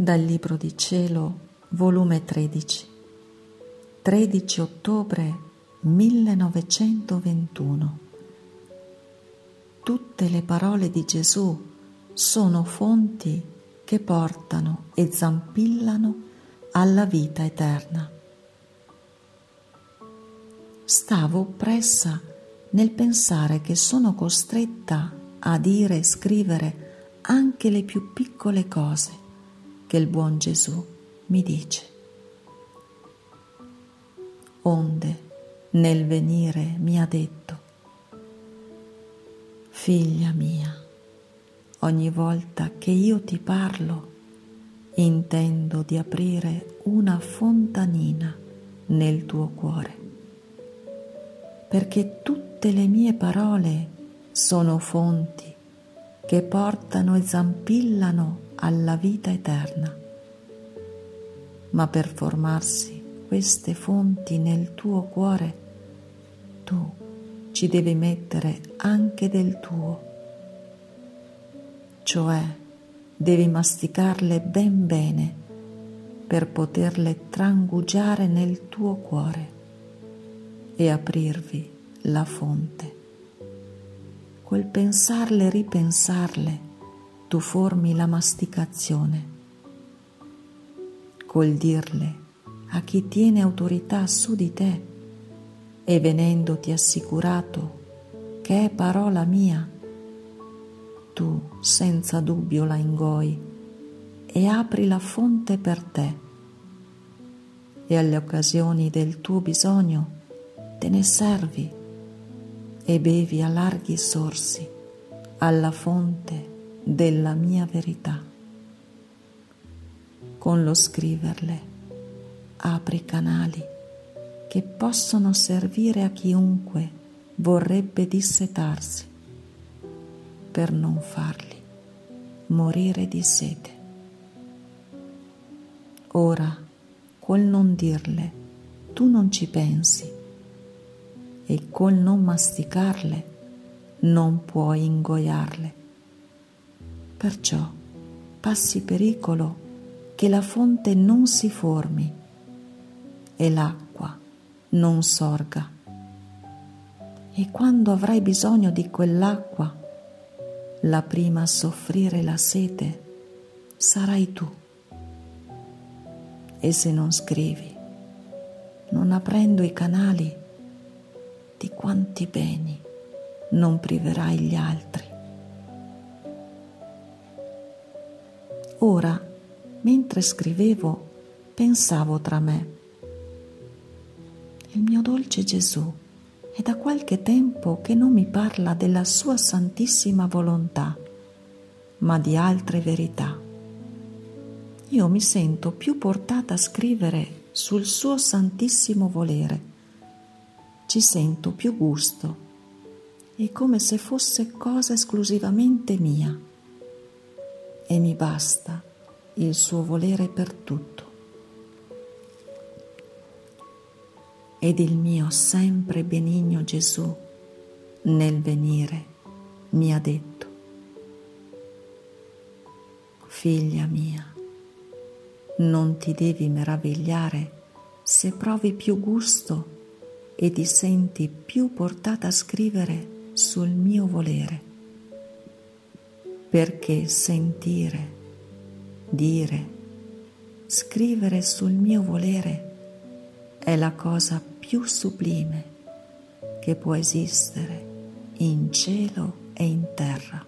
Dal Libro di Cielo, volume 13, 13 ottobre 1921. Tutte le parole di Gesù sono fonti che portano e zampillano alla vita eterna. Stavo oppressa nel pensare che sono costretta a dire e scrivere anche le più piccole cose che il buon Gesù mi dice. Onde nel venire mi ha detto: figlia mia, ogni volta che io ti parlo intendo di aprire una fontanina nel tuo cuore, perché tutte le mie parole sono fonti che portano e zampillano alla vita eterna. Ma per formarsi queste fonti nel tuo cuore, tu ci devi mettere anche del tuo, cioè devi masticarle ben bene per poterle trangugiare nel tuo cuore e aprirvi la fonte. Col pensarle e ripensarle tu formi la masticazione. Col dirle a chi tiene autorità su di te e venendoti assicurato che è parola mia, tu senza dubbio la ingoi e apri la fonte per te, e alle occasioni del tuo bisogno te ne servi e bevi a larghi sorsi alla fonte della mia verità. Con lo scriverle apri canali che possono servire a chiunque vorrebbe dissetarsi, per non farli morire di sete. Ora, col non dirle, tu non ci pensi, e col non masticarle non puoi ingoiarle. Perciò passi pericolo che la fonte non si formi e l'acqua non sorga. E quando avrai bisogno di quell'acqua, la prima a soffrire la sete sarai tu. E se non scrivi, non aprendo i canali, di quanti beni non priverai gli altri. Ora, mentre scrivevo, pensavo tra me: il mio dolce Gesù è da qualche tempo che non mi parla della sua santissima volontà, ma di altre verità. Io mi sento più portata a scrivere sul suo santissimo volere, ci sento più gusto, è come se fosse cosa esclusivamente mia, e mi basta il suo volere per tutto. Ed il mio sempre benigno Gesù nel venire mi ha detto: figlia mia, non ti devi meravigliare se provi più gusto e ti senti più portata a scrivere sul mio volere, perché sentire, dire, scrivere sul mio volere è la cosa più sublime che può esistere in cielo e in terra.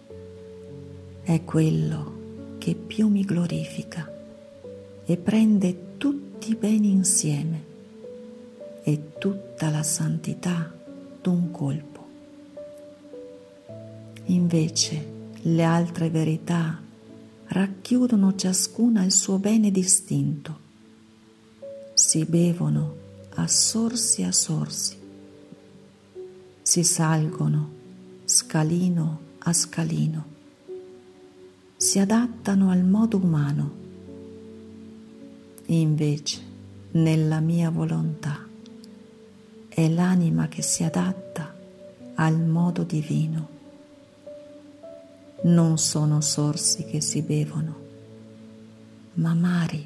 È quello che più mi glorifica e prende tutti i beni insieme e tutta la santità d'un colpo. Invece le altre verità racchiudono ciascuna il suo bene distinto, si bevono a sorsi, si salgono scalino a scalino, si adattano al modo umano. Invece nella mia volontà è l'anima che si adatta al modo divino. Non sono sorsi che si bevono, ma mari,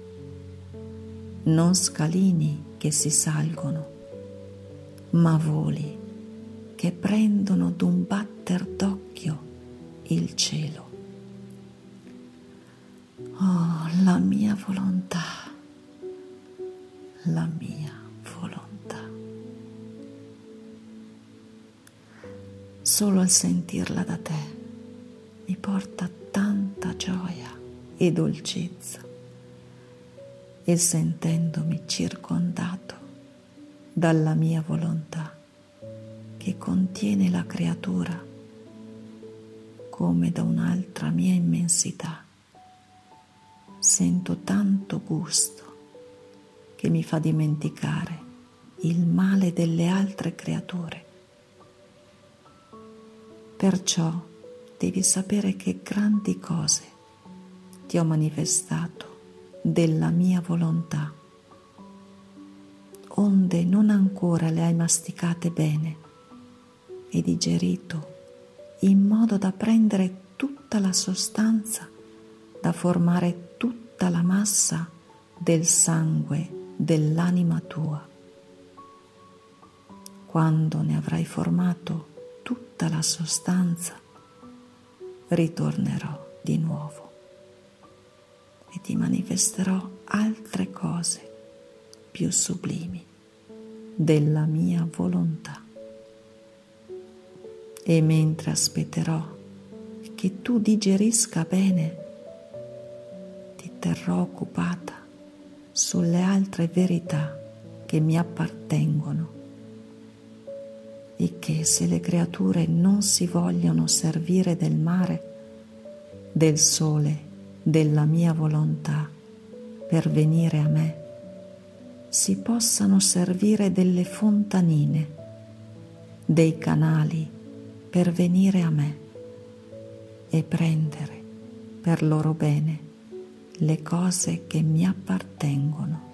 non scalini che si salgono, ma voli che prendono d'un batter d'occhio il cielo. Oh, la mia volontà, la mia volontà. Solo al sentirla da te mi porta tanta gioia e dolcezza, e sentendomi circondato dalla mia volontà che contiene la creatura come da un'altra mia immensità, sento tanto gusto che mi fa dimenticare il male delle altre creature. Perciò devi sapere che grandi cose ti ho manifestato della mia volontà, onde non ancora le hai masticate bene e digerito in modo da prendere tutta la sostanza, da formare tutta la massa del sangue dell'anima tua. Quando ne avrai formato tutta la sostanza, ritornerò di nuovo e ti manifesterò altre cose più sublimi della mia volontà. E mentre aspetterò che tu digerisca bene, ti terrò occupata sulle altre verità che mi appartengono e che, se le creature non si vogliono servire del mare, del sole, della mia volontà per venire a me, si possano servire delle fontanine, dei canali per venire a me e prendere per loro bene le cose che mi appartengono.